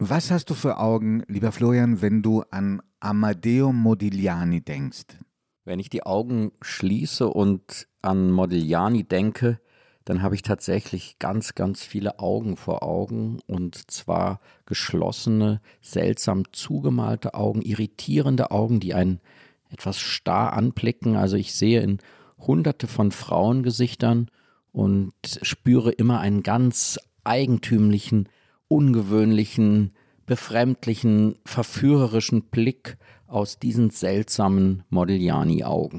Was hast du für Augen, lieber Florian, wenn du an Amedeo Modigliani denkst? Wenn ich die Augen schließe und an Modigliani denke, dann habe ich tatsächlich ganz, ganz viele Augen vor Augen, und zwar geschlossene, seltsam zugemalte Augen, irritierende Augen, die einen etwas starr anblicken. Also ich sehe in Hunderte von Frauengesichtern und spüre immer einen ganz eigentümlichen, ungewöhnlichen, befremdlichen, verführerischen Blick aus diesen seltsamen Modigliani-Augen.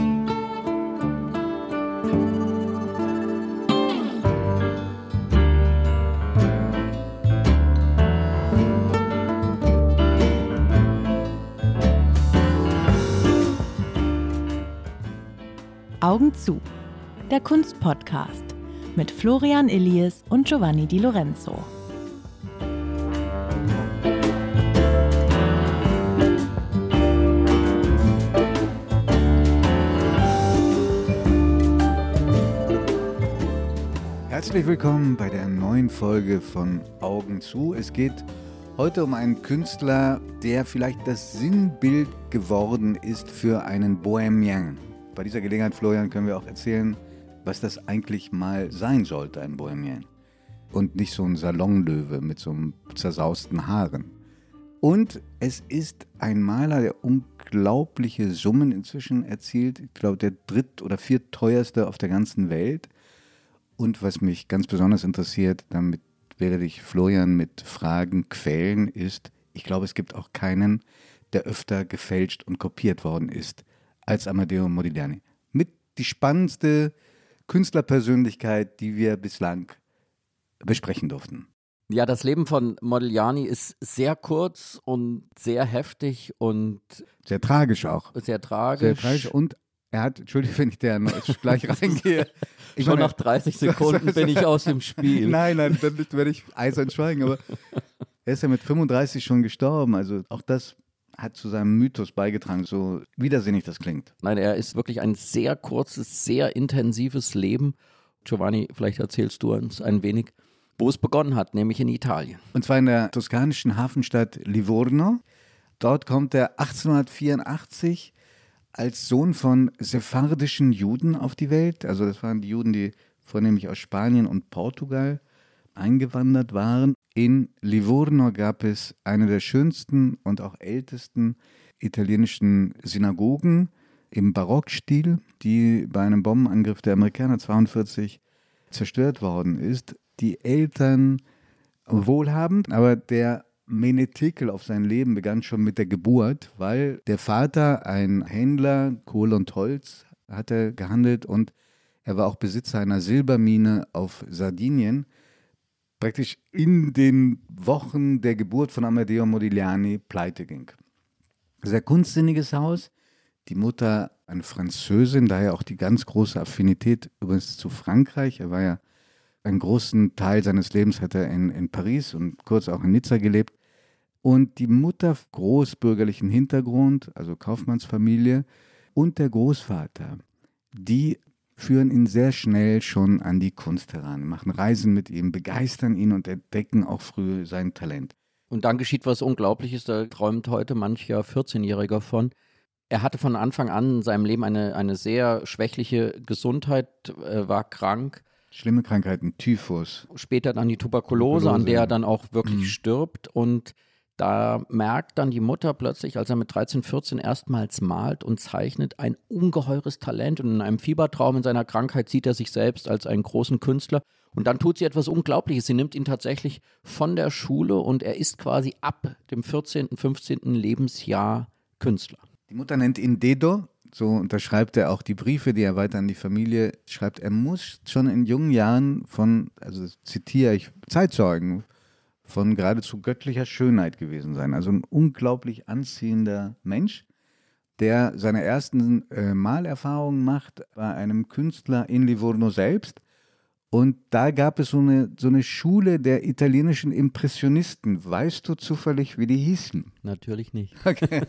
Augen zu, der Kunstpodcast mit Florian Illies und Giovanni Di Lorenzo. Herzlich willkommen bei der neuen Folge von Augen zu. Es geht heute um einen Künstler, der vielleicht das Sinnbild geworden ist für einen Bohemien. Bei dieser Gelegenheit, Florian, können wir auch erzählen, was das eigentlich mal sein sollte, ein Bohemien. Und nicht so ein Salonlöwe mit so einem zersausten Haaren. Und es ist ein Maler, der unglaubliche Summen inzwischen erzielt. Ich glaube, der dritt- oder viertteuerste auf der ganzen Welt. Und was mich ganz besonders interessiert, damit werde ich Florian mit Fragen quälen, ist, ich glaube, es gibt auch keinen, der öfter gefälscht und kopiert worden ist als Amedeo Modigliani. Mit die spannendste Künstlerpersönlichkeit, die wir bislang besprechen durften. Ja, das Leben von Modigliani ist sehr kurz und sehr heftig und sehr tragisch auch. Sehr tragisch. Und er hat, Entschuldigung, wenn ich da gleich reingehe. Schon nach 30 Sekunden bin ich aus dem Spiel. Nein, dann werde ich eisern schweigen. Aber er ist ja mit 35 schon gestorben. Also auch das hat zu seinem Mythos beigetragen, so widersinnig das klingt. Nein, er ist wirklich ein sehr kurzes, sehr intensives Leben. Giovanni, vielleicht erzählst du uns ein wenig, wo es begonnen hat, nämlich in Italien. Und zwar in der toskanischen Hafenstadt Livorno. Dort kommt er 1884 als Sohn von sephardischen Juden auf die Welt. Also das waren die Juden, die vornehmlich aus Spanien und Portugal eingewandert waren. In Livorno gab es eine der schönsten und auch ältesten italienischen Synagogen im Barockstil, die bei einem Bombenangriff der Amerikaner 1942 zerstört worden ist. Die Eltern wohlhabend, aber der Menetekel auf sein Leben begann schon mit der Geburt, weil der Vater, ein Händler, Kohle und Holz, hatte gehandelt und er war auch Besitzer einer Silbermine auf Sardinien. Praktisch in den Wochen der Geburt von Amedeo Modigliani pleite ging. Sehr kunstsinniges Haus, die Mutter eine Französin, daher auch die ganz große Affinität übrigens zu Frankreich. Er war ja einen großen Teil seines Lebens hat er in Paris und kurz auch in Nizza gelebt. Und die Mutter großbürgerlichen Hintergrund, also Kaufmannsfamilie, und der Großvater, die führen ihn sehr schnell schon an die Kunst heran, machen Reisen mit ihm, begeistern ihn und entdecken auch früh sein Talent. Und dann geschieht was Unglaubliches, da träumt heute mancher 14-Jähriger von. Er hatte von Anfang an in seinem Leben eine sehr schwächliche Gesundheit, war krank. Schlimme Krankheiten, Typhus. Später dann die Tuberkulose, an der er dann auch wirklich stirbt. Und da merkt dann die Mutter plötzlich, als er mit 13, 14 erstmals malt und zeichnet, ein ungeheures Talent. Und in einem Fiebertraum in seiner Krankheit sieht er sich selbst als einen großen Künstler. Und dann tut sie etwas Unglaubliches. Sie nimmt ihn tatsächlich von der Schule und er ist quasi ab dem 14., 15. Lebensjahr Künstler. Die Mutter nennt ihn Dedo. So unterschreibt er auch die Briefe, die er weiter an die Familie schreibt. Er muss schon in jungen Jahren von, also zitiere ich, Zeitzeugen, von geradezu göttlicher Schönheit gewesen sein. Also ein unglaublich anziehender Mensch, der seine ersten Malerfahrungen macht bei einem Künstler in Livorno selbst. Und da gab es so eine Schule der italienischen Impressionisten. Weißt du zufällig, wie die hießen? Natürlich nicht. Okay.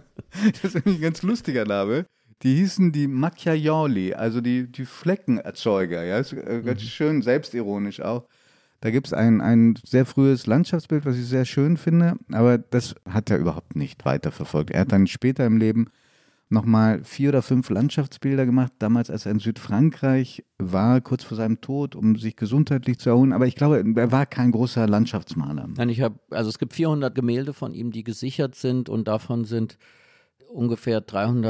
Das ist ein ganz lustiger Name. Die hießen die Macchiaioli, also die Fleckenerzeuger. Ja? Ganz schön selbstironisch auch. Da gibt es ein sehr frühes Landschaftsbild, was ich sehr schön finde, aber das hat er überhaupt nicht weiterverfolgt. Er hat dann später im Leben nochmal 4 oder 5 Landschaftsbilder gemacht, damals als er in Südfrankreich war, kurz vor seinem Tod, um sich gesundheitlich zu erholen. Aber ich glaube, er war kein großer Landschaftsmaler. Nein, es gibt 400 Gemälde von ihm, die gesichert sind und davon sind ungefähr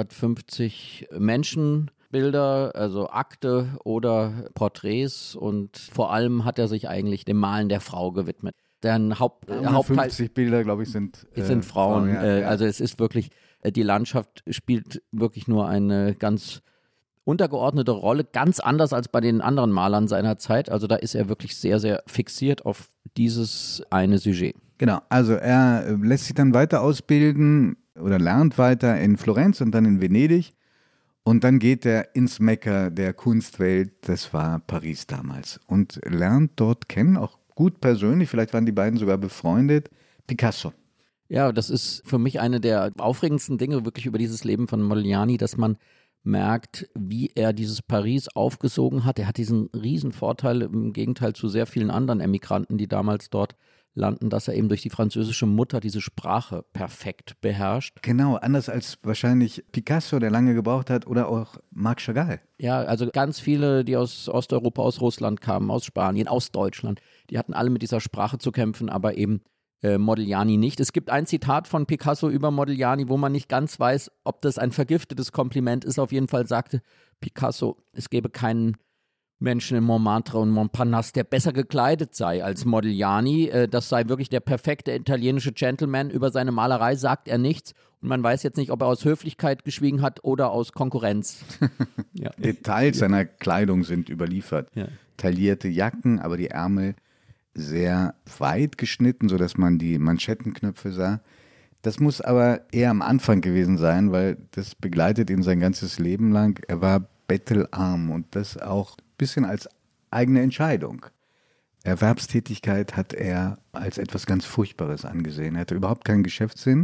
350 Menschenbilder, also Akte oder Porträts, und vor allem hat er sich eigentlich dem Malen der Frau gewidmet. Deren Hauptteil 50 Bilder, glaube ich, sind Frauen. Ja. Also es ist wirklich, die Landschaft spielt wirklich nur eine ganz untergeordnete Rolle, ganz anders als bei den anderen Malern seiner Zeit. Also da ist er wirklich sehr, sehr fixiert auf dieses eine Sujet. Genau, also er lässt sich dann weiter ausbilden oder lernt weiter in Florenz und dann in Venedig. Und dann geht er ins Mekka der Kunstwelt, das war Paris damals. Und lernt dort kennen, auch gut persönlich, vielleicht waren die beiden sogar befreundet, Picasso. Ja, das ist für mich eine der aufregendsten Dinge wirklich über dieses Leben von Modigliani, dass man merkt, wie er dieses Paris aufgesogen hat. Er hat diesen riesen Vorteil im Gegenteil zu sehr vielen anderen Emigranten, die damals dort landen, dass er eben durch die französische Mutter diese Sprache perfekt beherrscht. Genau, anders als wahrscheinlich Picasso, der lange gebraucht hat, oder auch Marc Chagall. Ja, also ganz viele, die aus Osteuropa, aus Russland kamen, aus Spanien, aus Deutschland, die hatten alle mit dieser Sprache zu kämpfen, aber eben Modigliani nicht. Es gibt ein Zitat von Picasso über Modigliani, wo man nicht ganz weiß, ob das ein vergiftetes Kompliment ist. Auf jeden Fall sagte Picasso, es gäbe keinen Menschen in Montmartre und Montparnasse, der besser gekleidet sei als Modigliani. Das sei wirklich der perfekte italienische Gentleman. Über seine Malerei sagt er nichts. Und man weiß jetzt nicht, ob er aus Höflichkeit geschwiegen hat oder aus Konkurrenz. Ja. Details seiner Kleidung sind überliefert. Ja. Taillierte Jacken, aber die Ärmel sehr weit geschnitten, sodass man die Manschettenknöpfe sah. Das muss aber eher am Anfang gewesen sein, weil das begleitet ihn sein ganzes Leben lang. Er war bettelarm und das auch ein bisschen als eigene Entscheidung. Erwerbstätigkeit hat er als etwas ganz Furchtbares angesehen. Er hatte überhaupt keinen Geschäftssinn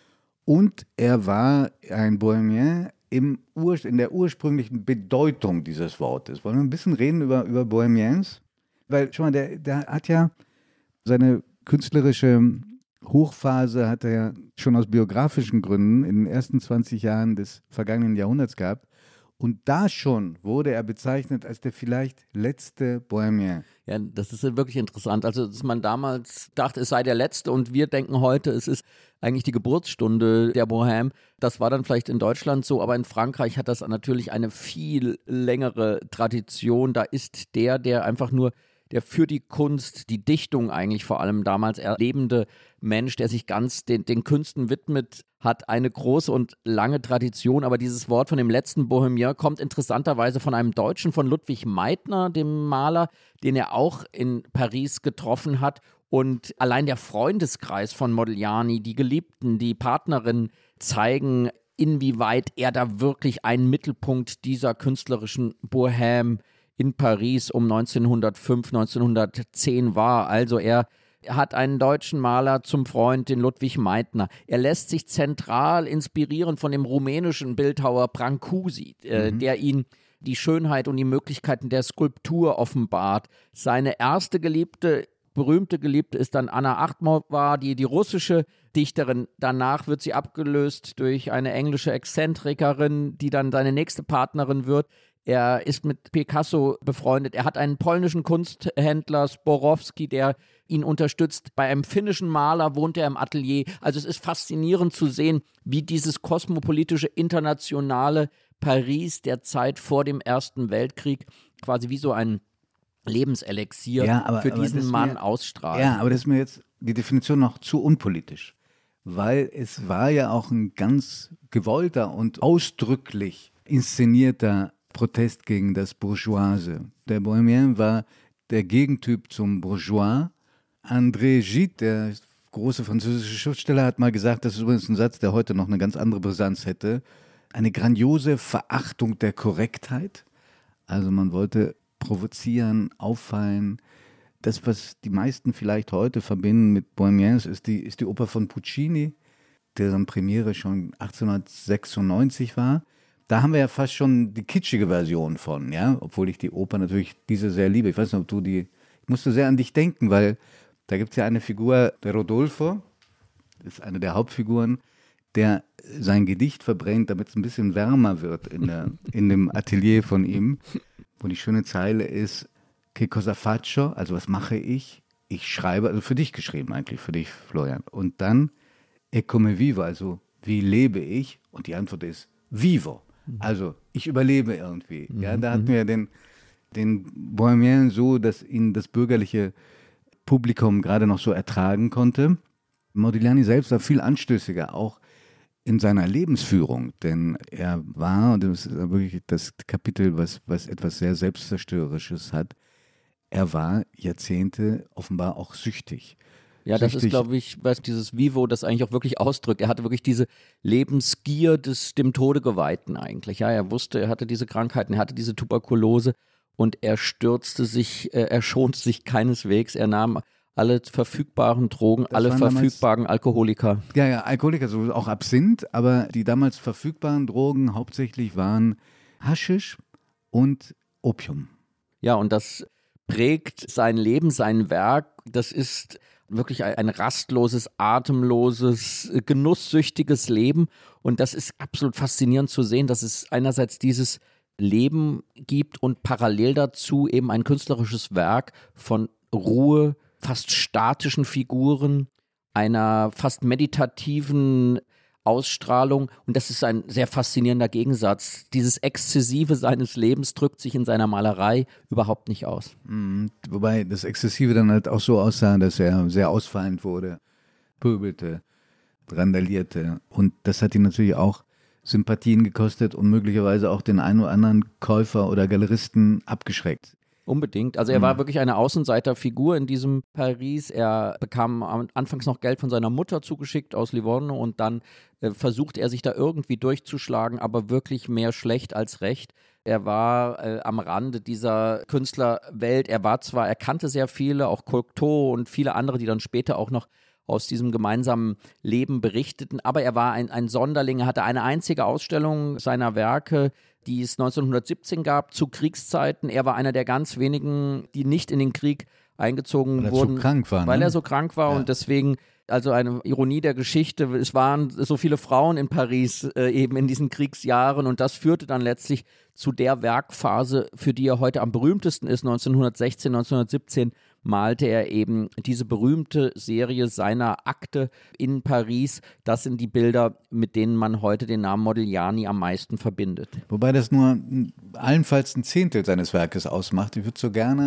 und er war ein Bohemien in der ursprünglichen Bedeutung dieses Wortes. Wollen wir ein bisschen reden über Bohemiens? Weil, schau mal, der hat ja seine künstlerische Hochphase hat er ja schon aus biografischen Gründen in den ersten 20 Jahren des vergangenen Jahrhunderts gehabt. Und da schon wurde er bezeichnet als der vielleicht letzte Bohemien. Ja, das ist wirklich interessant. Also, dass man damals dachte, es sei der letzte und wir denken heute, es ist eigentlich die Geburtsstunde der Bohème. Das war dann vielleicht in Deutschland so, aber in Frankreich hat das natürlich eine viel längere Tradition. Da ist der einfach nur der für die Kunst, die Dichtung eigentlich vor allem damals erlebende Mensch, der sich ganz den Künsten widmet, hat eine große und lange Tradition. Aber dieses Wort von dem letzten Bohemien kommt interessanterweise von einem Deutschen, von Ludwig Meitner, dem Maler, den er auch in Paris getroffen hat. Und allein der Freundeskreis von Modigliani, die Geliebten, die Partnerinnen zeigen, inwieweit er da wirklich ein Mittelpunkt dieser künstlerischen Bohème in Paris um 1905, 1910 war. Also er hat einen deutschen Maler zum Freund, den Ludwig Meitner. Er lässt sich zentral inspirieren von dem rumänischen Bildhauer Brancusi, der ihn die Schönheit und die Möglichkeiten der Skulptur offenbart. Seine erste berühmte Geliebte ist dann Anna Akhmatova, die russische Dichterin. Danach wird sie abgelöst durch eine englische Exzentrikerin, die dann seine nächste Partnerin wird. Er ist mit Picasso befreundet. Er hat einen polnischen Kunsthändler, Sporowski, der ihn unterstützt. Bei einem finnischen Maler wohnt er im Atelier. Also es ist faszinierend zu sehen, wie dieses kosmopolitische, internationale Paris der Zeit vor dem Ersten Weltkrieg quasi wie so ein Lebenselixier für diesen Mann ausstrahlt. Ja, aber das ist mir jetzt die Definition noch zu unpolitisch. Weil es war ja auch ein ganz gewollter und ausdrücklich inszenierter Protest gegen das Bourgeoise. Der Bohemien war der Gegentyp zum Bourgeois. André Gide, der große französische Schriftsteller, hat mal gesagt, das ist übrigens ein Satz, der heute noch eine ganz andere Brisanz hätte, eine grandiose Verachtung der Korrektheit. Also man wollte provozieren, auffallen. Das, was die meisten vielleicht heute verbinden mit Bohemiens, ist die Oper von Puccini, deren Premiere schon 1896 war. Da haben wir ja fast schon die kitschige Version von, ja, obwohl ich die Oper natürlich diese sehr liebe. Ich weiß nicht, ob du die musste sehr an dich denken, weil da gibt es ja eine Figur, der Rodolfo, ist eine der Hauptfiguren, der sein Gedicht verbrennt, damit es ein bisschen wärmer wird in dem Atelier von ihm, wo die schöne Zeile ist, che cosa faccio, also was mache ich? Ich schreibe, also für dich geschrieben eigentlich, für dich, Florian. Und dann, e come vivo, also wie lebe ich? Und die Antwort ist vivo, also ich überlebe irgendwie. Ja, da hatten wir den Bohemien so, dass ihn das bürgerliche Publikum gerade noch so ertragen konnte. Modigliani selbst war viel anstößiger, auch in seiner Lebensführung, denn er war, und das ist wirklich das Kapitel, was etwas sehr Selbstzerstörerisches hat, er war Jahrzehnte offenbar auch süchtig. Ja, das ist, glaube ich, was dieses Vivo das eigentlich auch wirklich ausdrückt. Er hatte wirklich diese Lebensgier des dem Tode Geweihten eigentlich. Ja, er wusste, er hatte diese Krankheiten, er hatte diese Tuberkulose und er schonte sich keineswegs. Er nahm alle verfügbaren Drogen, alle verfügbaren Alkoholiker. Ja, Alkoholiker, so auch Absinth, aber die damals verfügbaren Drogen hauptsächlich waren Haschisch und Opium. Ja, und das prägt sein Leben, sein Werk. Das ist wirklich ein rastloses, atemloses, genusssüchtiges Leben. Und das ist absolut faszinierend zu sehen, dass es einerseits dieses Leben gibt und parallel dazu eben ein künstlerisches Werk von Ruhe, fast statischen Figuren, einer fast meditativen Ausstrahlung. Und das ist ein sehr faszinierender Gegensatz. Dieses Exzessive seines Lebens drückt sich in seiner Malerei überhaupt nicht aus. Wobei das Exzessive dann halt auch so aussah, dass er sehr ausfallend wurde, pöbelte, randalierte. Und das hat ihn natürlich auch Sympathien gekostet und möglicherweise auch den einen oder anderen Käufer oder Galeristen abgeschreckt. Unbedingt. Also er war wirklich eine Außenseiterfigur in diesem Paris. Er bekam anfangs noch Geld von seiner Mutter zugeschickt aus Livorno und dann versuchte er sich da irgendwie durchzuschlagen, aber wirklich mehr schlecht als recht. Er war am Rande dieser Künstlerwelt. Er kannte sehr viele, auch Cocteau und viele andere, die dann später auch noch aus diesem gemeinsamen Leben berichteten. Aber er war ein Sonderling. Er hatte eine einzige Ausstellung seiner Werke, die es 1917 gab, zu Kriegszeiten. Er war einer der ganz wenigen, die nicht in den Krieg eingezogen wurden. Weil er so krank war. Weil er so krank war und deswegen, also eine Ironie der Geschichte, es waren so viele Frauen in Paris eben in diesen Kriegsjahren und das führte dann letztlich zu der Werkphase, für die er heute am berühmtesten ist. 1916, 1917 malte er eben diese berühmte Serie seiner Akte in Paris. Das sind die Bilder, mit denen man heute den Namen Modigliani am meisten verbindet. Wobei das nur allenfalls ein Zehntel seines Werkes ausmacht. Ich hätte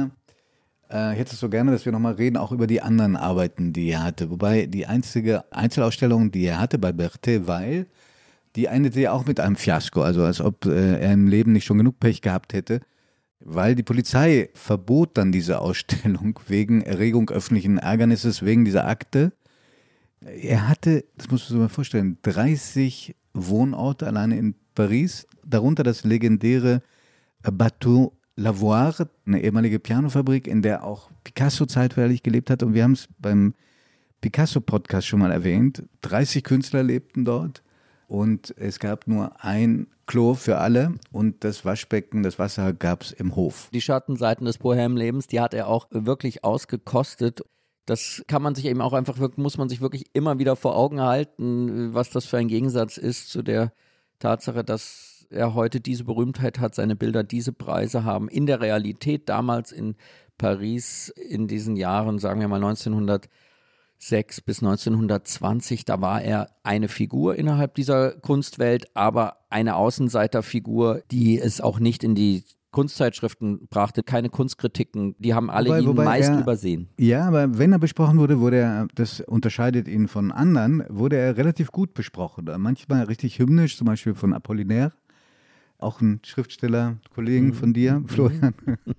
so gerne, dass wir nochmal reden, auch über die anderen Arbeiten, die er hatte. Wobei die einzige Einzelausstellung, die er hatte bei Berthet Weil, die endete ja auch mit einem Fiasko, also als ob er im Leben nicht schon genug Pech gehabt hätte. Weil die Polizei verbot dann diese Ausstellung wegen Erregung öffentlichen Ärgernisses, wegen dieser Akte. Er hatte, das musst du dir mal vorstellen, 30 Wohnorte alleine in Paris, darunter das legendäre Bateau Lavoir, eine ehemalige Pianofabrik, in der auch Picasso zeitweilig gelebt hat. Und wir haben es beim Picasso-Podcast schon mal erwähnt. 30 Künstler lebten dort und es gab nur ein Klo für alle und das Waschbecken, das Wasser gab es im Hof. Die Schattenseiten des Bohème-Lebens, die hat er auch wirklich ausgekostet. Das kann man sich eben auch muss man sich wirklich immer wieder vor Augen halten, was das für ein Gegensatz ist zu der Tatsache, dass er heute diese Berühmtheit hat, seine Bilder diese Preise haben. In der Realität damals in Paris in diesen Jahren, sagen wir mal 1906 bis 1920, da war er eine Figur innerhalb dieser Kunstwelt, aber eine Außenseiterfigur, die es auch nicht in die Kunstzeitschriften brachte, keine Kunstkritiken, die haben alle ihn meist übersehen. Ja, aber wenn er besprochen wurde das unterscheidet ihn von anderen, wurde er relativ gut besprochen. Manchmal richtig hymnisch, zum Beispiel von Apollinaire, auch ein Schriftsteller, Kollegen von dir, Florian.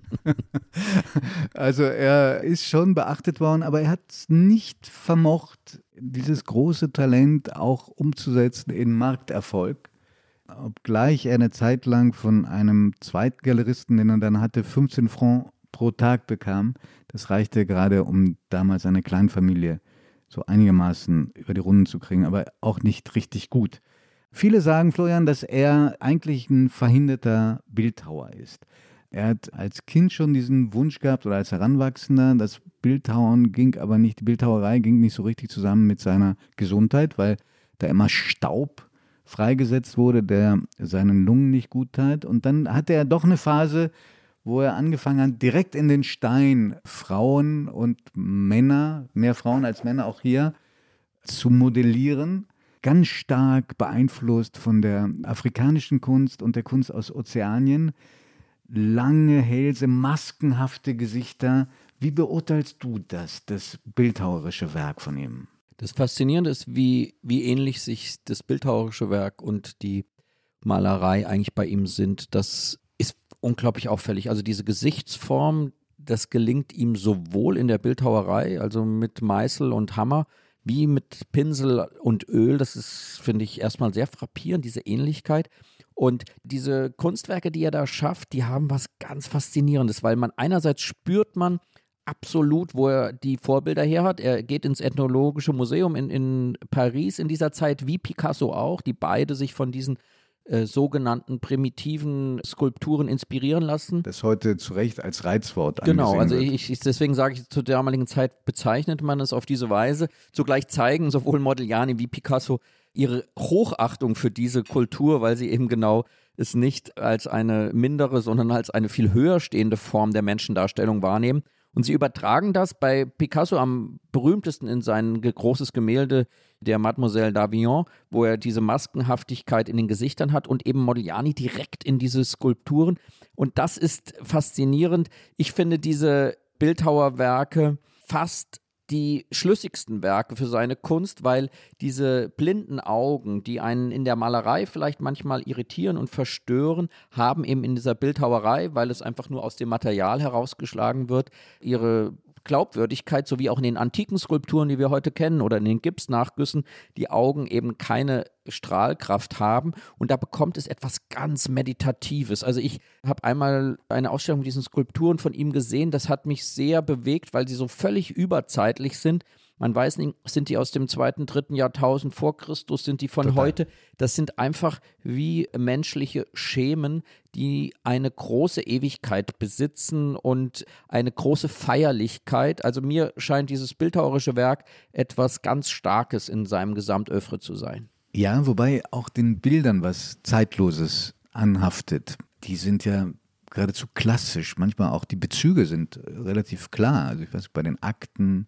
Also er ist schon beachtet worden, aber er hat es nicht vermocht, dieses große Talent auch umzusetzen in Markterfolg. Obgleich er eine Zeit lang von einem Zweitgaleristen, den er dann hatte, 15 Francs pro Tag bekam. Das reichte gerade, um damals eine Kleinfamilie so einigermaßen über die Runden zu kriegen, aber auch nicht richtig gut. Viele sagen, Florian, dass er eigentlich ein verhinderter Bildhauer ist. Er hat als Kind schon diesen Wunsch gehabt oder als Heranwachsender, das Bildhauern ging aber nicht, die Bildhauerei ging nicht so richtig zusammen mit seiner Gesundheit, weil da immer Staub freigesetzt wurde, der seinen Lungen nicht gut tat. Und dann hatte er doch eine Phase, wo er angefangen hat, direkt in den Stein Frauen und Männer, mehr Frauen als Männer auch hier, zu modellieren. Ganz stark beeinflusst von der afrikanischen Kunst und der Kunst aus Ozeanien. Lange Hälse, maskenhafte Gesichter. Wie beurteilst du das bildhauerische Werk von ihm? Das Faszinierende ist, wie ähnlich sich das bildhauerische Werk und die Malerei eigentlich bei ihm sind. Das ist unglaublich auffällig. Also diese Gesichtsform, das gelingt ihm sowohl in der Bildhauerei, also mit Meißel und Hammer, wie mit Pinsel und Öl. Das ist, finde ich, erstmal sehr frappierend, diese Ähnlichkeit. Und diese Kunstwerke, die er da schafft, die haben was ganz Faszinierendes, weil einerseits spürt man absolut, wo er die Vorbilder her hat. Er geht ins Ethnologische Museum in Paris in dieser Zeit, wie Picasso auch, die beide sich von diesen sogenannten primitiven Skulpturen inspirieren lassen. Das heute zu Recht als Reizwort angesehen Genau, also wird. deswegen sage ich, zur damaligen Zeit bezeichnete man es auf diese Weise. Zugleich zeigen sowohl Modigliani wie Picasso ihre Hochachtung für diese Kultur, weil sie eben genau es nicht als eine mindere, sondern als eine viel höher stehende Form der Menschendarstellung wahrnehmen. Und sie übertragen das bei Picasso am berühmtesten in sein großes Gemälde der Mademoiselle d'Avignon, wo er diese Maskenhaftigkeit in den Gesichtern hat und eben Modigliani direkt in diese Skulpturen. Und das ist faszinierend. Ich finde diese Bildhauerwerke fast die schlüssigsten Werke für seine Kunst, weil diese blinden Augen, die einen in der Malerei vielleicht manchmal irritieren und verstören, haben eben in dieser Bildhauerei, weil es einfach nur aus dem Material herausgeschlagen wird, ihre Glaubwürdigkeit, so wie auch in den antiken Skulpturen, die wir heute kennen, oder in den Gipsnachgüssen, die Augen eben keine Strahlkraft haben, und da bekommt es etwas ganz Meditatives. Also ich habe einmal eine Ausstellung mit diesen Skulpturen von ihm gesehen, das hat mich sehr bewegt, weil sie so völlig überzeitlich sind. Man weiß nicht, sind die aus dem 2., 3. Jahrtausend vor Christus, sind die von Total. heute? Das sind einfach wie menschliche Schemen, die eine große Ewigkeit besitzen und eine große Feierlichkeit. Also mir scheint dieses bildhauerische Werk etwas ganz Starkes in seinem Gesamtœuvre zu sein. Ja, wobei auch den Bildern was Zeitloses anhaftet. Die sind ja geradezu klassisch. Manchmal auch die Bezüge sind relativ klar. Also ich weiß, bei den Akten,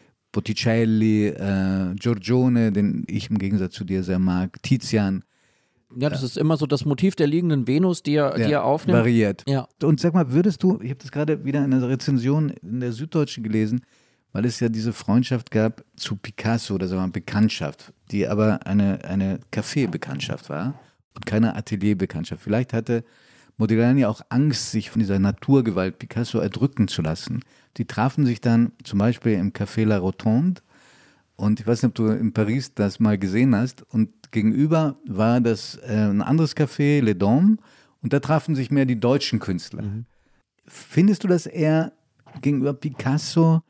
Botticelli, Giorgione, den ich im Gegensatz zu dir sehr mag, Tizian. Ja, das ist immer so das Motiv der liegenden Venus, die er aufnimmt. Variiert. Ja. Und sag mal, würdest du, ich habe das gerade wieder in einer Rezension in der Süddeutschen gelesen, weil es ja diese Freundschaft gab zu Picasso, oder sagen wir mal Bekanntschaft, die aber eine Café-Bekanntschaft war und keine Atelier-Bekanntschaft. Vielleicht hatte Modigliani auch Angst, sich von dieser Naturgewalt Picasso erdrücken zu lassen. Die trafen sich dann zum Beispiel im Café La Rotonde, und ich weiß nicht, ob du in Paris das mal gesehen hast, und gegenüber war das ein anderes Café, Les Dômes, und da trafen sich mehr die deutschen Künstler. Mhm. Findest du, dass er gegenüber Picasso,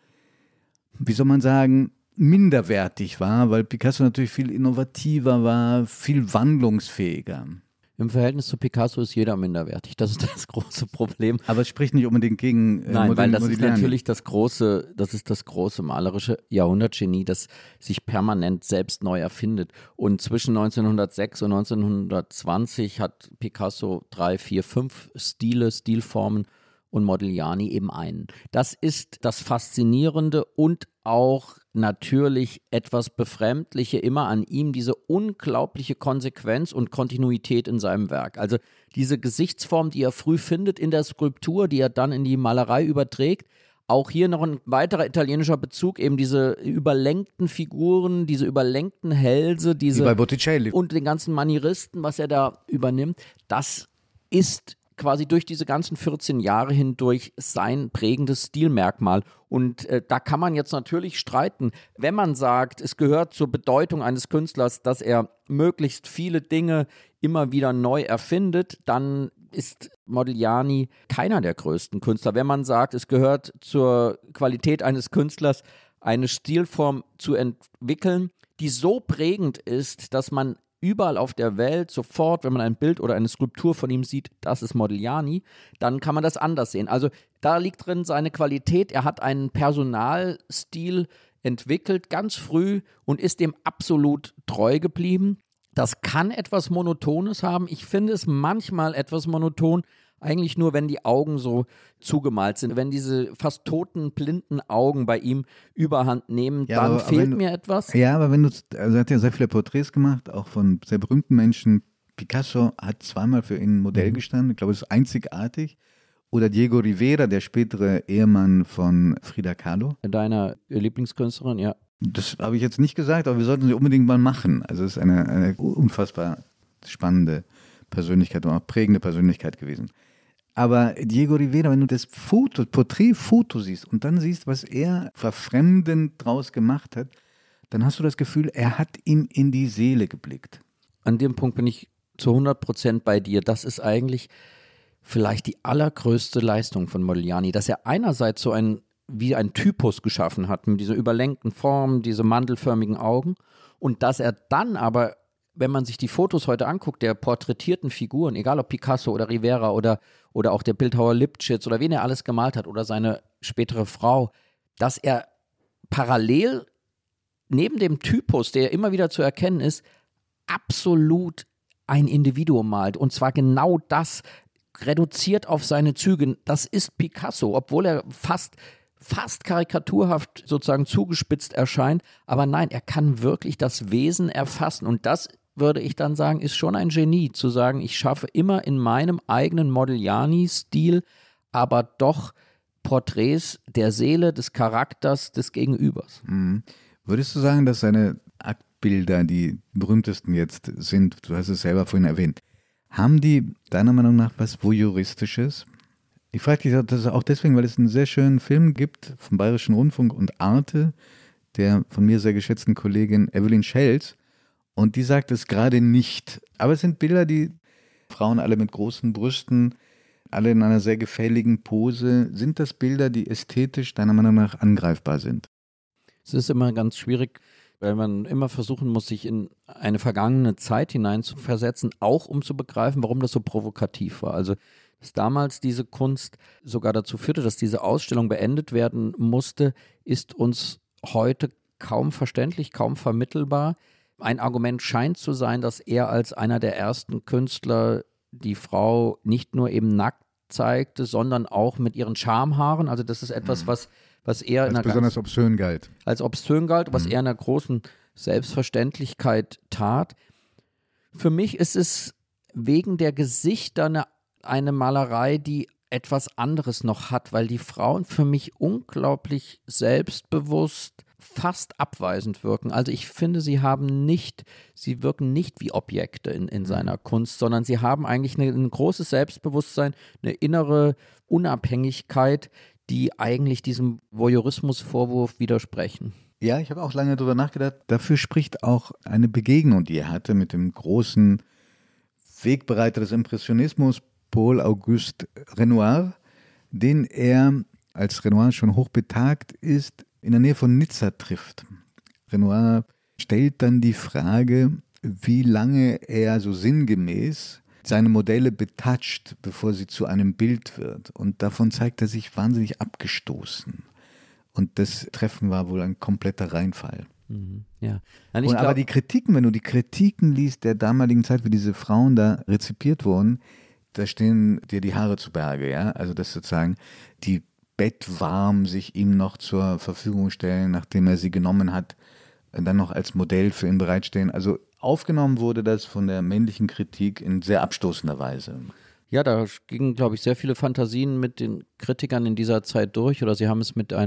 wie soll man sagen, minderwertig war, weil Picasso natürlich viel innovativer war, viel wandlungsfähiger? Im Verhältnis zu Picasso ist jeder minderwertig. Das ist das große Problem. Aber es spricht nicht unbedingt gegen Nein, weil das ist natürlich das große malerische Jahrhundertgenie, das sich permanent selbst neu erfindet. Und zwischen 1906 und 1920 hat Picasso 3, 4, 5 Stilformen und Modigliani eben einen. Das ist das Faszinierende und auch natürlich etwas Befremdliche immer an ihm, diese unglaubliche Konsequenz und Kontinuität in seinem Werk. Also diese Gesichtsform, die er früh findet in der Skulptur, die er dann in die Malerei überträgt. Auch hier noch ein weiterer italienischer Bezug, eben diese überlenkten Figuren, diese überlenkten Hälse, wie bei Botticelli. Und den ganzen Manieristen, was er da übernimmt, das ist quasi durch diese ganzen 14 Jahre hindurch sein prägendes Stilmerkmal. Und da kann man jetzt natürlich streiten. Wenn man sagt, es gehört zur Bedeutung eines Künstlers, dass er möglichst viele Dinge immer wieder neu erfindet, dann ist Modigliani keiner der größten Künstler. Wenn man sagt, es gehört zur Qualität eines Künstlers, eine Stilform zu entwickeln, die so prägend ist, dass man überall auf der Welt sofort, wenn man ein Bild oder eine Skulptur von ihm sieht, das ist Modigliani, dann kann man das anders sehen. Also da liegt drin seine Qualität. Er hat einen Personalstil entwickelt, ganz früh, und ist dem absolut treu geblieben. Das kann etwas Monotones haben. Ich finde es manchmal etwas monoton, eigentlich nur, wenn die Augen so zugemalt sind. Wenn diese fast toten, blinden Augen bei ihm überhand nehmen, Ja, dann aber fehlt wenn du- mir etwas. Ja, aber wenn du, also er hat ja sehr viele Porträts gemacht, auch von sehr berühmten Menschen. Picasso hat zweimal für ihn ein Modell gestanden, ich glaube, es ist einzigartig. Oder Diego Rivera, der spätere Ehemann von Frida Kahlo. Deiner Lieblingskünstlerin, ja. Das habe ich jetzt nicht gesagt, aber wir sollten sie unbedingt mal machen. Also es ist eine unfassbar spannende Persönlichkeit und auch prägende Persönlichkeit gewesen. Aber Diego Rivera, wenn du das Porträtfoto siehst und dann siehst, was er verfremdend draus gemacht hat, dann hast du das Gefühl, er hat ihm in die Seele geblickt. An dem Punkt bin ich zu 100% bei dir. Das ist eigentlich vielleicht die allergrößte Leistung von Modigliani, dass er einerseits so wie ein Typus geschaffen hat, mit dieser überlenkten Form, diese mandelförmigen Augen, und dass er dann aber, wenn man sich die Fotos heute anguckt, der porträtierten Figuren, egal ob Picasso oder Rivera oder auch der Bildhauer Lipchitz oder wen er alles gemalt hat oder seine spätere Frau, dass er parallel neben dem Typus, der immer wieder zu erkennen ist, absolut ein Individuum malt, und zwar genau das, reduziert auf seine Züge. Das ist Picasso, obwohl er fast karikaturhaft sozusagen zugespitzt erscheint, aber nein, er kann wirklich das Wesen erfassen, und das, würde ich dann sagen, ist schon ein Genie, zu sagen, ich schaffe immer in meinem eigenen Modigliani-Stil, aber doch Porträts der Seele, des Charakters, des Gegenübers. Würdest du sagen, dass seine Aktbilder die berühmtesten jetzt sind, du hast es selber vorhin erwähnt, haben die deiner Meinung nach was Voyeuristisches? Ich frage dich das auch deswegen, weil es einen sehr schönen Film gibt vom Bayerischen Rundfunk und Arte, der von mir sehr geschätzten Kollegin Evelyn Schelz, und die sagt es gerade nicht. Aber es sind Bilder, die Frauen alle mit großen Brüsten, alle in einer sehr gefälligen Pose. Sind das Bilder, die ästhetisch deiner Meinung nach angreifbar sind? Es ist immer ganz schwierig, weil man immer versuchen muss, sich in eine vergangene Zeit hineinzuversetzen, auch um zu begreifen, warum das so provokativ war. Also, dass damals diese Kunst sogar dazu führte, dass diese Ausstellung beendet werden musste, ist uns heute kaum verständlich, kaum vermittelbar. Ein Argument scheint zu sein, dass er als einer der ersten Künstler die Frau nicht nur eben nackt zeigte, sondern auch mit ihren Schamhaaren. Also das ist etwas, was er Als besonders obszön galt. Als obszön galt, was er in einer großen Selbstverständlichkeit tat. Für mich ist es wegen der Gesichter eine Malerei, die etwas anderes noch hat, weil die Frauen für mich unglaublich selbstbewusst, fast abweisend wirken. Also ich finde, sie wirken nicht wie Objekte in seiner Kunst, sondern sie haben eigentlich ein großes Selbstbewusstsein, eine innere Unabhängigkeit, die eigentlich diesem Voyeurismus-Vorwurf widersprechen. Ja, ich habe auch lange darüber nachgedacht. Dafür spricht auch eine Begegnung, die er hatte mit dem großen Wegbereiter des Impressionismus, Paul-Auguste Renoir, den er, als Renoir schon hochbetagt ist, in der Nähe von Nizza trifft. Renoir stellt dann die Frage, wie lange er so sinngemäß seine Modelle betatscht, bevor sie zu einem Bild wird. Und davon zeigt er sich wahnsinnig abgestoßen. Und das Treffen war wohl ein kompletter Reinfall. Ja. Aber die Kritiken, wenn du die Kritiken liest der damaligen Zeit, wie diese Frauen da rezipiert wurden, da stehen dir die Haare zu Berge, ja. Also dass sozusagen die bettwarm sich ihm noch zur Verfügung stellen, nachdem er sie genommen hat, und dann noch als Modell für ihn bereitstehen. Also aufgenommen wurde das von der männlichen Kritik in sehr abstoßender Weise. Ja, da gingen, glaube ich, sehr viele Fantasien mit den Kritikern in dieser Zeit durch, oder sie haben es mit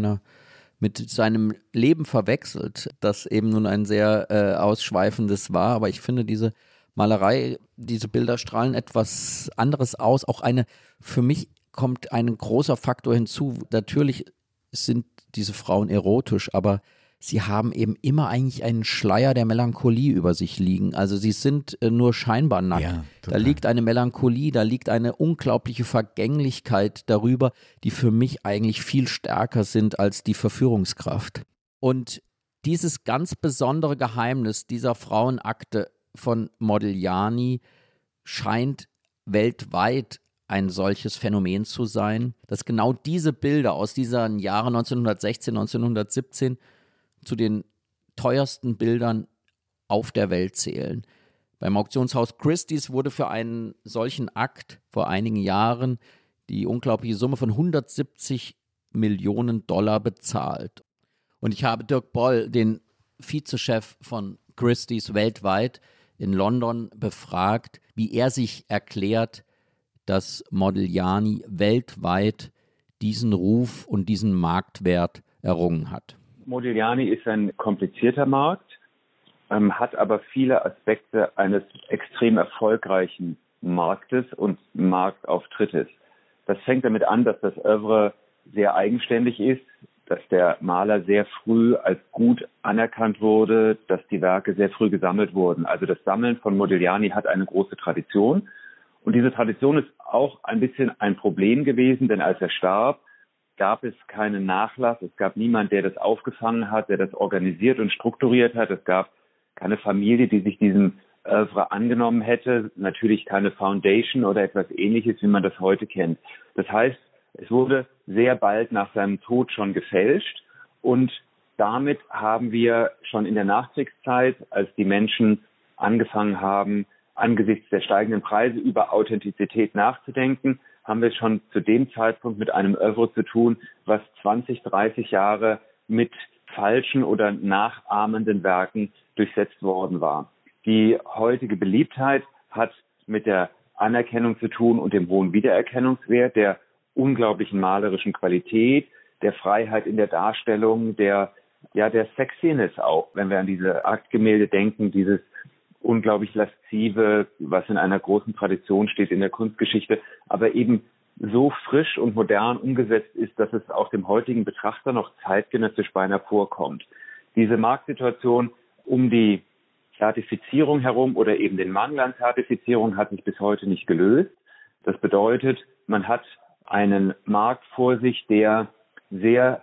seinem Leben verwechselt, das eben nun ein sehr ausschweifendes war. Aber ich finde, diese Malerei, diese Bilder strahlen etwas anderes aus. Auch für mich kommt ein großer Faktor hinzu. Natürlich sind diese Frauen erotisch, aber sie haben eben immer eigentlich einen Schleier der Melancholie über sich liegen. Also sie sind nur scheinbar nackt. Ja, da liegt eine Melancholie, da liegt eine unglaubliche Vergänglichkeit darüber, die für mich eigentlich viel stärker sind als die Verführungskraft. Und dieses ganz besondere Geheimnis dieser Frauenakte von Modigliani scheint weltweit ein solches Phänomen zu sein, dass genau diese Bilder aus diesen Jahren 1916, 1917 zu den teuersten Bildern auf der Welt zählen. Beim Auktionshaus Christie's wurde für einen solchen Akt vor einigen Jahren die unglaubliche Summe von 170 Millionen Dollar bezahlt. Und ich habe Dirk Boll, den Vizechef von Christie's weltweit in London, befragt, wie er sich erklärt, dass Modigliani weltweit diesen Ruf und diesen Marktwert errungen hat. Modigliani ist ein komplizierter Markt, hat aber viele Aspekte eines extrem erfolgreichen Marktes und Marktauftrittes. Das fängt damit an, dass das Œuvre sehr eigenständig ist, dass der Maler sehr früh als gut anerkannt wurde, dass die Werke sehr früh gesammelt wurden. Also das Sammeln von Modigliani hat eine große Tradition. Und diese Tradition ist auch ein bisschen ein Problem gewesen, denn als er starb, gab es keinen Nachlass. Es gab niemand, der das aufgefangen hat, der das organisiert und strukturiert hat. Es gab keine Familie, die sich diesem Œuvre angenommen hätte. Natürlich keine Foundation oder etwas Ähnliches, wie man das heute kennt. Das heißt, es wurde sehr bald nach seinem Tod schon gefälscht. Und damit haben wir schon in der Nachkriegszeit, als die Menschen angefangen haben, angesichts der steigenden Preise über Authentizität nachzudenken, haben wir schon zu dem Zeitpunkt mit einem Œuvre zu tun, was 20, 30 Jahre mit falschen oder nachahmenden Werken durchsetzt worden war. Die heutige Beliebtheit hat mit der Anerkennung zu tun und dem hohen Wiedererkennungswert, der unglaublichen malerischen Qualität, der Freiheit in der Darstellung, der Sexiness auch, wenn wir an diese Aktgemälde denken, dieses unglaublich laszive, was in einer großen Tradition steht in der Kunstgeschichte, aber eben so frisch und modern umgesetzt ist, dass es auch dem heutigen Betrachter noch zeitgenössisch beinahe vorkommt. Diese Marktsituation um die Zertifizierung herum oder eben den Mangel an Zertifizierung hat sich bis heute nicht gelöst. Das bedeutet, man hat einen Markt vor sich, der sehr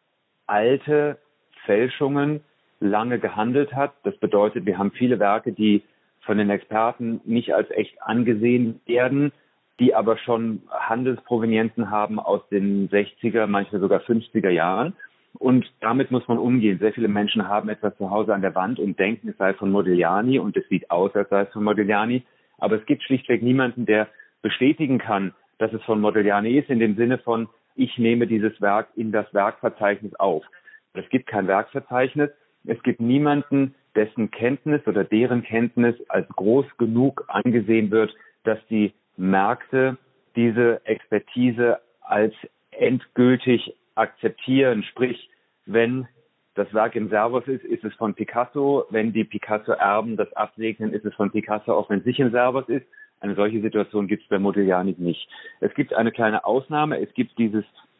alte Fälschungen lange gehandelt hat. Das bedeutet, wir haben viele Werke, die von den Experten nicht als echt angesehen werden, die aber schon Handelsprovenienzen haben aus den 60er, manchmal sogar 50er Jahren. Und damit muss man umgehen. Sehr viele Menschen haben etwas zu Hause an der Wand und denken, es sei von Modigliani und es sieht aus, als sei es von Modigliani. Aber es gibt schlichtweg niemanden, der bestätigen kann, dass es von Modigliani ist, in dem Sinne von, ich nehme dieses Werk in das Werkverzeichnis auf. Es gibt kein Werkverzeichnis. Es gibt niemanden, dessen Kenntnis oder deren Kenntnis als groß genug angesehen wird, dass die Märkte diese Expertise als endgültig akzeptieren. Sprich, wenn das Werk im Servus ist, ist es von Picasso. Wenn die Picasso-Erben das absegnen, ist es von Picasso, auch wenn es nicht im Servus ist. Eine solche Situation gibt es bei Modigliani nicht. Es gibt eine kleine Ausnahme. Es gibt dieses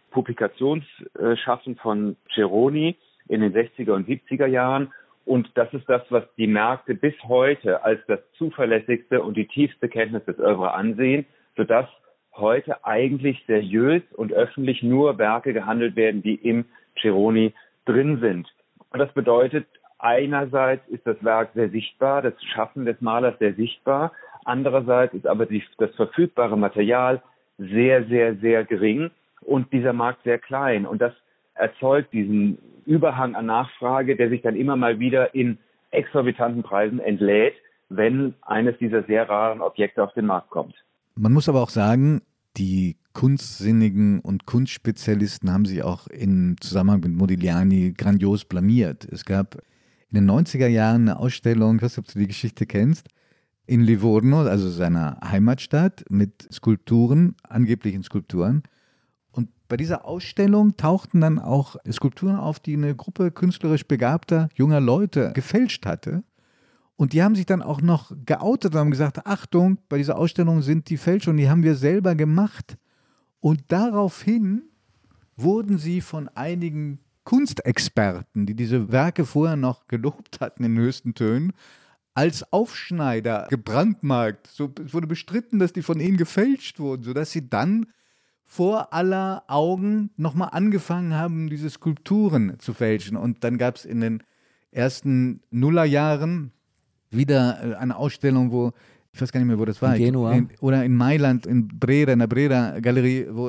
Publikationsschaffen von Ceroni in den 60er und 70er Jahren. Und das ist das, was die Märkte bis heute als das zuverlässigste und die tiefste Kenntnis des Œuvre ansehen, sodass heute eigentlich seriös und öffentlich nur Werke gehandelt werden, die im Ceroni drin sind. Und das bedeutet, einerseits ist das Werk sehr sichtbar, das Schaffen des Malers sehr sichtbar. Andererseits ist aber das verfügbare Material sehr, sehr, sehr gering und dieser Markt sehr klein. Und das erzeugt diesen Überhang an Nachfrage, der sich dann immer mal wieder in exorbitanten Preisen entlädt, wenn eines dieser sehr raren Objekte auf den Markt kommt. Man muss aber auch sagen, die Kunstsinnigen und Kunstspezialisten haben sich auch im Zusammenhang mit Modigliani grandios blamiert. Es gab in den 90er Jahren eine Ausstellung, ich weiß nicht, ob du die Geschichte kennst, in Livorno, also seiner Heimatstadt, mit Skulpturen, angeblichen Skulpturen. Und bei dieser Ausstellung tauchten dann auch Skulpturen auf, die eine Gruppe künstlerisch begabter junger Leute gefälscht hatte. Und die haben sich dann auch noch geoutet und haben gesagt, Achtung, bei dieser Ausstellung sind die Fälschungen, die haben wir selber gemacht. Und daraufhin wurden sie von einigen Kunstexperten, die diese Werke vorher noch gelobt hatten in höchsten Tönen, als Aufschneider gebrandmarkt. So, es wurde bestritten, dass die von ihnen gefälscht wurden, sodass sie dann vor aller Augen nochmal angefangen haben, diese Skulpturen zu fälschen. Und dann gab es in den ersten Nullerjahren wieder eine Ausstellung, wo, ich weiß gar nicht mehr, wo das war. In Genua. Oder in Mailand, in der Brera-Galerie, wo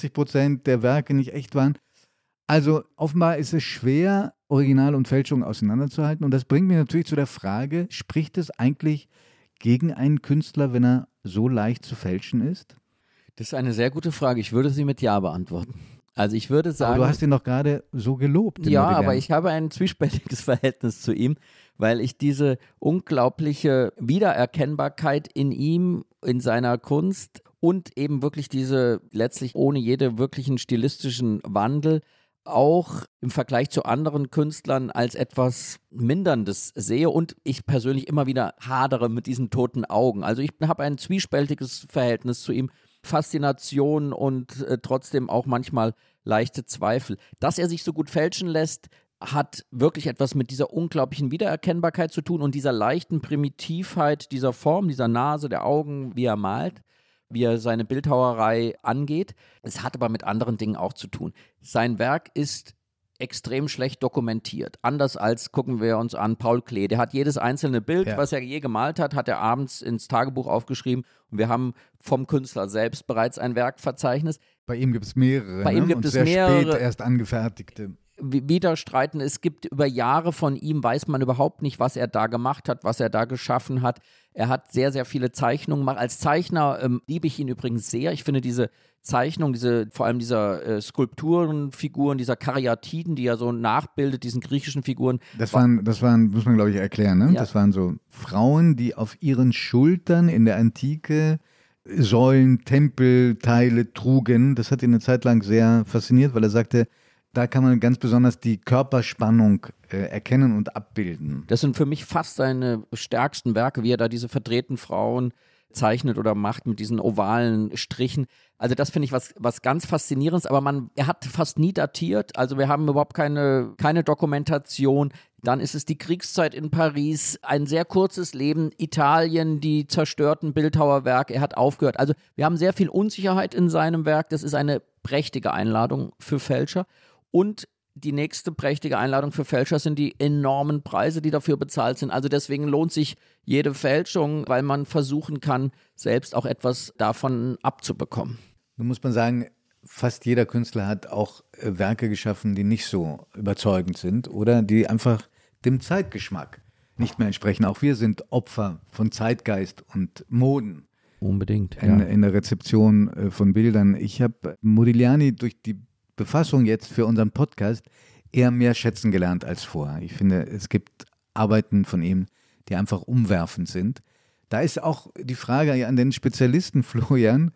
40% der Werke nicht echt waren. Also offenbar ist es schwer, Original und Fälschung auseinanderzuhalten. Und das bringt mich natürlich zu der Frage, spricht es eigentlich gegen einen Künstler, wenn er so leicht zu fälschen ist? Das ist eine sehr gute Frage. Ich würde sie mit Ja beantworten. Also ich würde sagen... Aber du hast ihn doch gerade so gelobt. Ja, aber ich habe ein zwiespältiges Verhältnis zu ihm, weil ich diese unglaubliche Wiedererkennbarkeit in ihm, in seiner Kunst und eben wirklich diese letztlich ohne jede wirklichen stilistischen Wandel auch im Vergleich zu anderen Künstlern als etwas Minderndes sehe und ich persönlich immer wieder hadere mit diesen toten Augen. Also ich habe ein zwiespältiges Verhältnis zu ihm, Faszination und trotzdem auch manchmal leichte Zweifel. Dass er sich so gut fälschen lässt, hat wirklich etwas mit dieser unglaublichen Wiedererkennbarkeit zu tun und dieser leichten Primitivheit dieser Form, dieser Nase, der Augen, wie er malt, wie er seine Bildhauerei angeht. Es hat aber mit anderen Dingen auch zu tun. Sein Werk ist extrem schlecht dokumentiert. Anders als, gucken wir uns an, Paul Klee. Der hat jedes einzelne Bild, was er je gemalt hat, hat er abends ins Tagebuch aufgeschrieben. Und wir haben vom Künstler selbst bereits ein Werkverzeichnis. Bei ihm gibt es mehrere. Bei ihm gibt und es sehr mehrere. Spät erst angefertigte. Widerstreiten. Es gibt über Jahre von ihm, weiß man überhaupt nicht, was er da gemacht hat, was er da geschaffen hat. Er hat sehr, sehr viele Zeichnungen gemacht. Als Zeichner liebe ich ihn übrigens sehr. Ich finde diese Zeichnung, vor allem dieser Skulpturenfiguren, dieser Karyatiden, die er so nachbildet, diesen griechischen Figuren. Das waren, muss man glaube ich erklären, ne? Ja. Das waren so Frauen, die auf ihren Schultern in der Antike Säulen, Tempelteile trugen. Das hat ihn eine Zeit lang sehr fasziniert, weil er sagte, da kann man ganz besonders die Körperspannung erkennen und abbilden. Das sind für mich fast seine stärksten Werke, wie er da diese verdrehten Frauen zeichnet oder macht mit diesen ovalen Strichen. Also das finde ich was ganz Faszinierendes, aber er hat fast nie datiert, also wir haben überhaupt keine Dokumentation. Dann ist es die Kriegszeit in Paris, ein sehr kurzes Leben, Italien, die zerstörten Bildhauerwerke, er hat aufgehört. Also wir haben sehr viel Unsicherheit in seinem Werk, das ist eine prächtige Einladung für Fälscher. Und die nächste prächtige Einladung für Fälscher sind die enormen Preise, die dafür bezahlt sind. Also deswegen lohnt sich jede Fälschung, weil man versuchen kann, selbst auch etwas davon abzubekommen. Nun muss man sagen, fast jeder Künstler hat auch Werke geschaffen, die nicht so überzeugend sind oder die einfach dem Zeitgeschmack nicht mehr entsprechen. Auch wir sind Opfer von Zeitgeist und Moden. Unbedingt, in der Rezeption von Bildern. Ich habe Modigliani durch die Befassung jetzt für unseren Podcast eher mehr schätzen gelernt als vorher. Ich finde, es gibt Arbeiten von ihm, die einfach umwerfend sind. Da ist auch die Frage an den Spezialisten, Florian,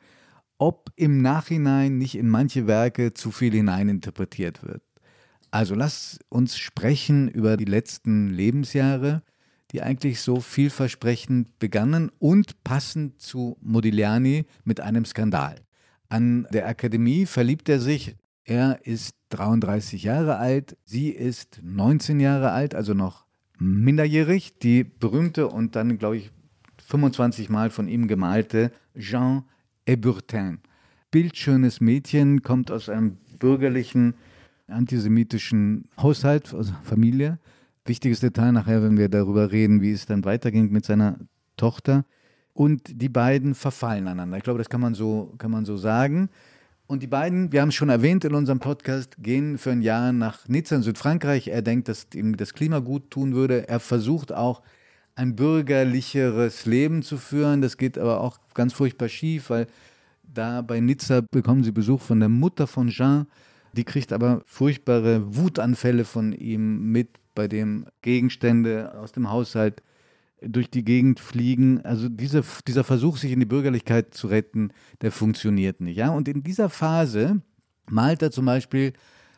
ob im Nachhinein nicht in manche Werke zu viel hineininterpretiert wird. Also lass uns sprechen über die letzten Lebensjahre, die eigentlich so vielversprechend begannen und passend zu Modigliani mit einem Skandal. An der Akademie verliebt er sich. Er ist 33 Jahre alt, sie ist 19 Jahre alt, also noch minderjährig. Die berühmte und dann, glaube ich, 25 Mal von ihm gemalte Jean Hébertin. Bildschönes Mädchen, kommt aus einem bürgerlichen, antisemitischen Haushalt, also Familie. Wichtiges Detail nachher, wenn wir darüber reden, wie es dann weiterging mit seiner Tochter. Und die beiden verfallen einander. Ich glaube, das kann man so sagen. Und die beiden, wir haben es schon erwähnt in unserem Podcast, gehen für ein Jahr nach Nizza in Südfrankreich. Er denkt, dass ihm das Klima gut tun würde. Er versucht auch, ein bürgerlicheres Leben zu führen. Das geht aber auch ganz furchtbar schief, weil da bei Nizza bekommen sie Besuch von der Mutter von Jean. Die kriegt aber furchtbare Wutanfälle von ihm mit, bei dem Gegenstände aus dem Haushalt durch die Gegend fliegen. Also dieser Versuch, sich in die Bürgerlichkeit zu retten, der funktioniert nicht. Ja? Und in dieser Phase malt er zum Beispiel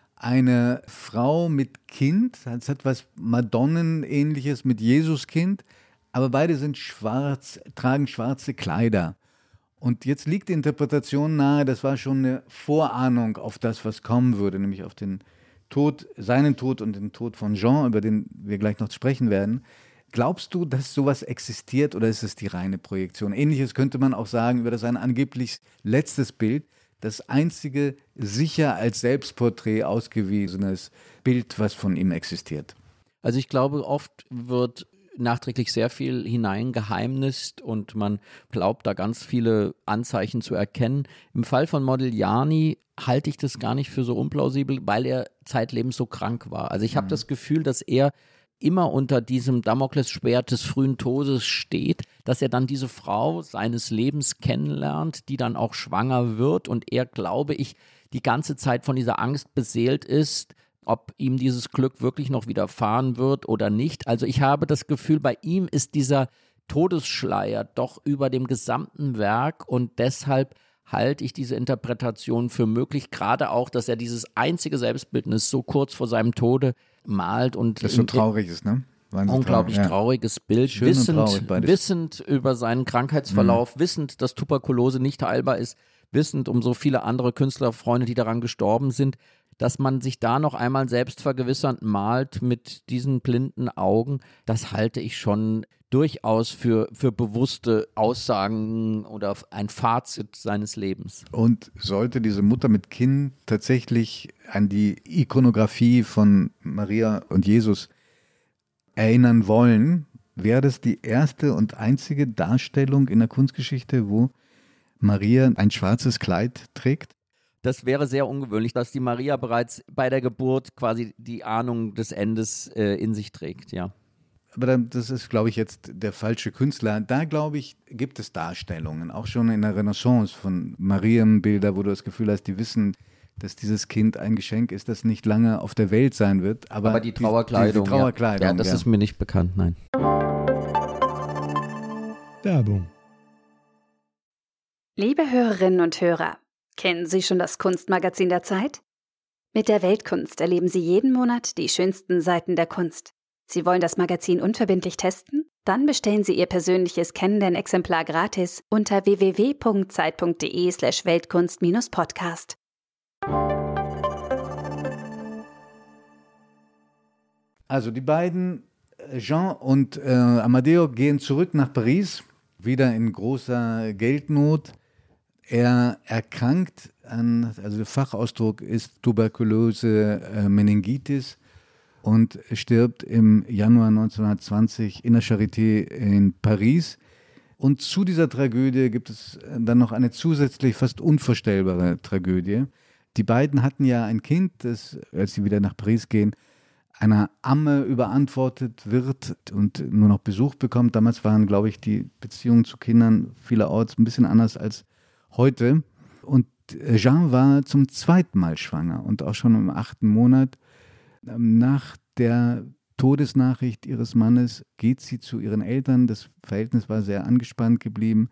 eine Frau mit Kind, das hat was Madonnenähnliches mit Jesuskind, aber beide sind schwarz, tragen schwarze Kleider. Und jetzt liegt die Interpretation nahe, das war schon eine Vorahnung auf das, was kommen würde, nämlich auf den Tod, seinen Tod und den Tod von Jean, über den wir gleich noch sprechen werden. Glaubst du, dass sowas existiert oder ist es die reine Projektion? Ähnliches könnte man auch sagen über sein angeblich letztes Bild, das einzige sicher als Selbstporträt ausgewiesenes Bild, was von ihm existiert. Also ich glaube, oft wird nachträglich sehr viel hineingeheimnist und man glaubt, da ganz viele Anzeichen zu erkennen. Im Fall von Modigliani halte ich das gar nicht für so unplausibel, weil er zeitlebens so krank war. Also ich habe das Gefühl, dass er immer unter diesem Damoklesschwert des frühen Todes steht, dass er dann diese Frau seines Lebens kennenlernt, die dann auch schwanger wird und er, glaube ich, die ganze Zeit von dieser Angst beseelt ist, ob ihm dieses Glück wirklich noch widerfahren wird oder nicht. Also ich habe das Gefühl, bei ihm ist dieser Todesschleier doch über dem gesamten Werk und deshalb halte ich diese Interpretation für möglich, gerade auch, dass er dieses einzige Selbstbildnis so kurz vor seinem Tode malt und das so traurig ist, ne? Unglaublich trauriges Bild, Schön und traurig beides. wissend über seinen Krankheitsverlauf, wissend, dass Tuberkulose nicht heilbar ist, wissend um so viele andere Künstlerfreunde, die daran gestorben sind, dass man sich da noch einmal selbstvergewissernd malt mit diesen blinden Augen, das halte ich schon durchaus für bewusste Aussagen oder ein Fazit seines Lebens. Und sollte diese Mutter mit Kind tatsächlich an die Ikonografie von Maria und Jesus erinnern wollen, wäre das die erste und einzige Darstellung in der Kunstgeschichte, wo Maria ein schwarzes Kleid trägt? Das wäre sehr ungewöhnlich, dass die Maria bereits bei der Geburt quasi die Ahnung des Endes in sich trägt, ja. Aber das ist, glaube ich, jetzt der falsche Künstler. Da, glaube ich, gibt es Darstellungen, auch schon in der Renaissance von Marienbilder, wo du das Gefühl hast, die wissen, dass dieses Kind ein Geschenk ist, das nicht lange auf der Welt sein wird. Aber die Trauerkleidung, die Trauerkleidung, ja, das ist mir nicht bekannt, nein. Werbung. Liebe Hörerinnen und Hörer, kennen Sie schon das Kunstmagazin der Zeit? Mit der Weltkunst erleben Sie jeden Monat die schönsten Seiten der Kunst. Sie wollen das Magazin unverbindlich testen? Dann bestellen Sie Ihr persönliches Kennenden-Exemplar gratis unter www.zeit.de/weltkunst-podcast. Also die beiden, Jean und Amadeo, gehen zurück nach Paris, wieder in großer Geldnot. Er erkrankt also der Fachausdruck ist Tuberkulose Meningitis und stirbt im Januar 1920 in der Charité in Paris. Und zu dieser Tragödie gibt es dann noch eine zusätzlich fast unvorstellbare Tragödie. Die beiden hatten ja ein Kind, das, als sie wieder nach Paris gehen, einer Amme überantwortet wird und nur noch Besuch bekommt. Damals waren, glaube ich, die Beziehungen zu Kindern vielerorts ein bisschen anders als heute. Und Jeanne war zum zweiten Mal schwanger und auch schon im 8. Monat. Nach der Todesnachricht ihres Mannes geht sie zu ihren Eltern. Das Verhältnis war sehr angespannt geblieben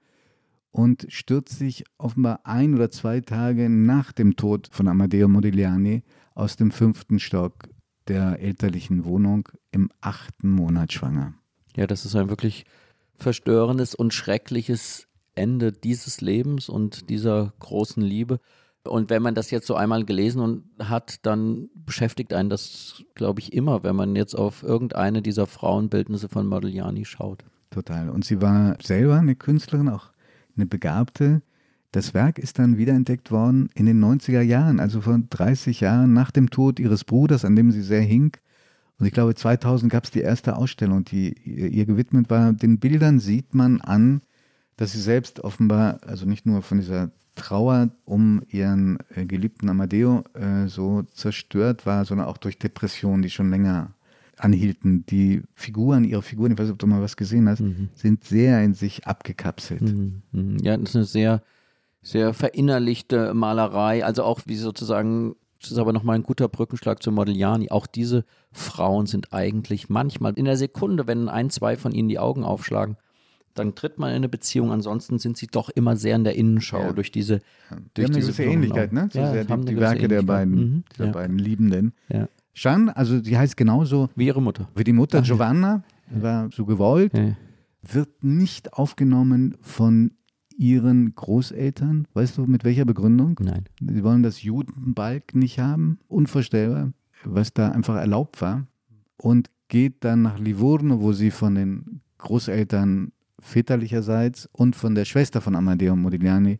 und stürzt sich offenbar 1 oder 2 Tage nach dem Tod von Amadeo Modigliani aus dem 5. Stock der elterlichen Wohnung im 8. Monat schwanger. Ja, das ist ein wirklich verstörendes und schreckliches Ende dieses Lebens und dieser großen Liebe. Und wenn man das jetzt so einmal gelesen hat, dann beschäftigt einen das, glaube ich, immer, wenn man jetzt auf irgendeine dieser Frauenbildnisse von Modigliani schaut. Total. Und sie war selber eine Künstlerin, auch eine Begabte. Das Werk ist dann wiederentdeckt worden in den 90er Jahren, also vor 30 Jahren nach dem Tod ihres Bruders, an dem sie sehr hing. Und ich glaube, 2000 gab es die erste Ausstellung, die ihr gewidmet war. Den Bildern sieht man an, dass sie selbst offenbar, also nicht nur von dieser Trauer um ihren geliebten Amadeo so zerstört war, sondern auch durch Depressionen, die schon länger anhielten. Die Figuren, ihre Figuren, ich weiß nicht, ob du mal was gesehen hast, sind sehr in sich abgekapselt. Ja, das ist eine sehr, sehr verinnerlichte Malerei, also auch wie sozusagen, das ist aber nochmal ein guter Brückenschlag zu Modigliani, auch diese Frauen sind eigentlich manchmal in der Sekunde, wenn 1, 2 von ihnen die Augen aufschlagen, dann tritt man in eine Beziehung, ansonsten sind sie doch immer sehr in der Innenschau durch diese Die haben eine gewisse Ähnlichkeit, ne? Die Werke der beiden, beiden Liebenden. Ja. Jeanne, also die heißt genauso wie ihre Mutter. Wie die Mutter, Giovanna, war so gewollt, wird nicht aufgenommen von ihren Großeltern. Weißt du, mit welcher Begründung? Nein. Sie wollen das Judenbalg nicht haben, unvorstellbar, was da einfach erlaubt war. Und geht dann nach Livorno, wo sie von den Großeltern väterlicherseits und von der Schwester von Amadeo Modigliani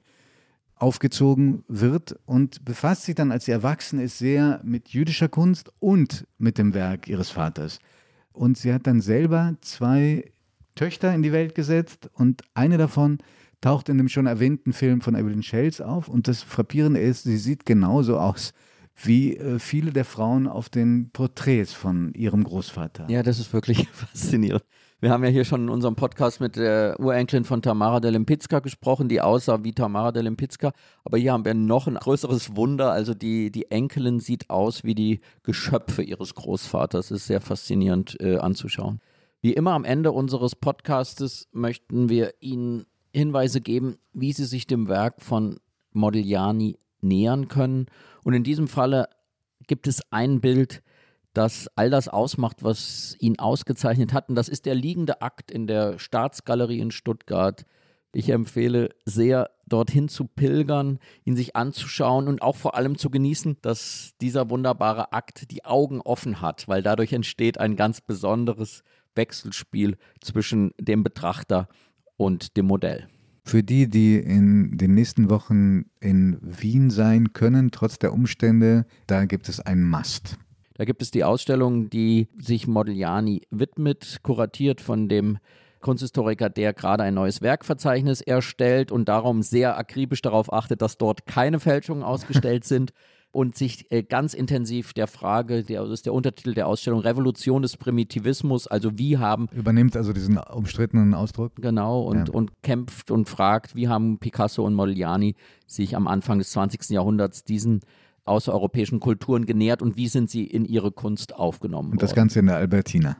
aufgezogen wird und befasst sich dann, als sie erwachsen ist, sehr mit jüdischer Kunst und mit dem Werk ihres Vaters. Und sie hat dann selber 2 Töchter in die Welt gesetzt und eine davon taucht in dem schon erwähnten Film von Evelyn Schelz auf. Und das Frappierende ist, sie sieht genauso aus wie viele der Frauen auf den Porträts von ihrem Großvater. Ja, das ist wirklich faszinierend. Wir haben ja hier schon in unserem Podcast mit der Urenkelin von Tamara de Lempicka gesprochen, die aussah wie Tamara de Lempicka. Aber hier haben wir noch ein größeres Wunder. Also die Enkelin sieht aus wie die Geschöpfe ihres Großvaters. Das ist sehr faszinierend anzuschauen. Wie immer am Ende unseres Podcastes möchten wir Ihnen Hinweise geben, wie Sie sich dem Werk von Modigliani nähern können. Und in diesem Falle gibt es ein Bild, das all das ausmacht, was ihn ausgezeichnet hat. Und das ist der liegende Akt in der Staatsgalerie in Stuttgart. Ich empfehle sehr, dorthin zu pilgern, ihn sich anzuschauen und auch vor allem zu genießen, dass dieser wunderbare Akt die Augen offen hat, weil dadurch entsteht ein ganz besonderes Wechselspiel zwischen dem Betrachter und dem Modell. Für die, die in den nächsten Wochen in Wien sein können, trotz der Umstände, da gibt es einen Must. Da gibt es die Ausstellung, die sich Modigliani widmet, kuratiert von dem Kunsthistoriker, der gerade ein neues Werkverzeichnis erstellt und darum sehr akribisch darauf achtet, dass dort keine Fälschungen ausgestellt sind und sich ganz intensiv der Frage, das ist der Untertitel der Ausstellung, Revolution des Primitivismus, also wie haben... Übernimmt also diesen umstrittenen Ausdruck. Genau, und kämpft und fragt, wie haben Picasso und Modigliani sich am Anfang des 20. Jahrhunderts diesen außereuropäischen Kulturen genähert und wie sind sie in ihre Kunst aufgenommen worden. Und das Ganze in der Albertina.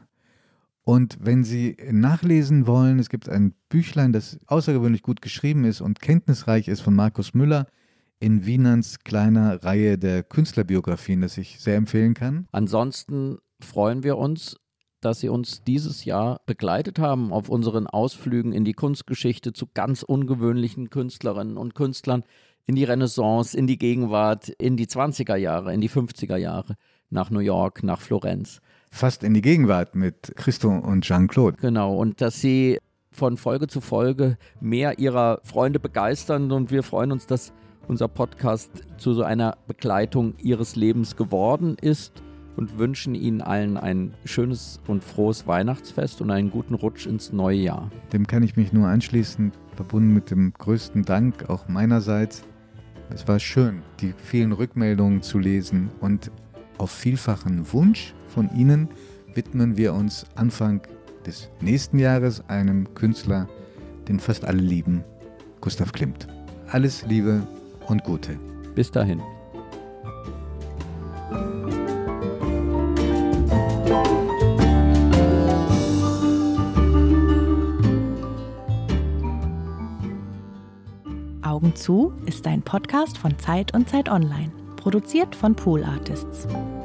Und wenn Sie nachlesen wollen, es gibt ein Büchlein, das außergewöhnlich gut geschrieben ist und kenntnisreich ist von Markus Müller in Wienerns kleiner Reihe der Künstlerbiografien, das ich sehr empfehlen kann. Ansonsten freuen wir uns, dass Sie uns dieses Jahr begleitet haben auf unseren Ausflügen in die Kunstgeschichte zu ganz ungewöhnlichen Künstlerinnen und Künstlern, in die Renaissance, in die Gegenwart, in die 20er Jahre, in die 50er Jahre, nach New York, nach Florenz. Fast in die Gegenwart mit Christo und Jean-Claude. Genau, und dass Sie von Folge zu Folge mehr Ihrer Freunde begeistern und wir freuen uns, dass unser Podcast zu so einer Begleitung Ihres Lebens geworden ist und wünschen Ihnen allen ein schönes und frohes Weihnachtsfest und einen guten Rutsch ins neue Jahr. Dem kann ich mich nur anschließen, verbunden mit dem größten Dank auch meinerseits. Es war schön, die vielen Rückmeldungen zu lesen und auf vielfachen Wunsch von Ihnen widmen wir uns Anfang des nächsten Jahres einem Künstler, den fast alle lieben, Gustav Klimt. Alles Liebe und Gute. Bis dahin. Augen zu ist ein Podcast von Zeit und Zeit Online, produziert von Pool Artists.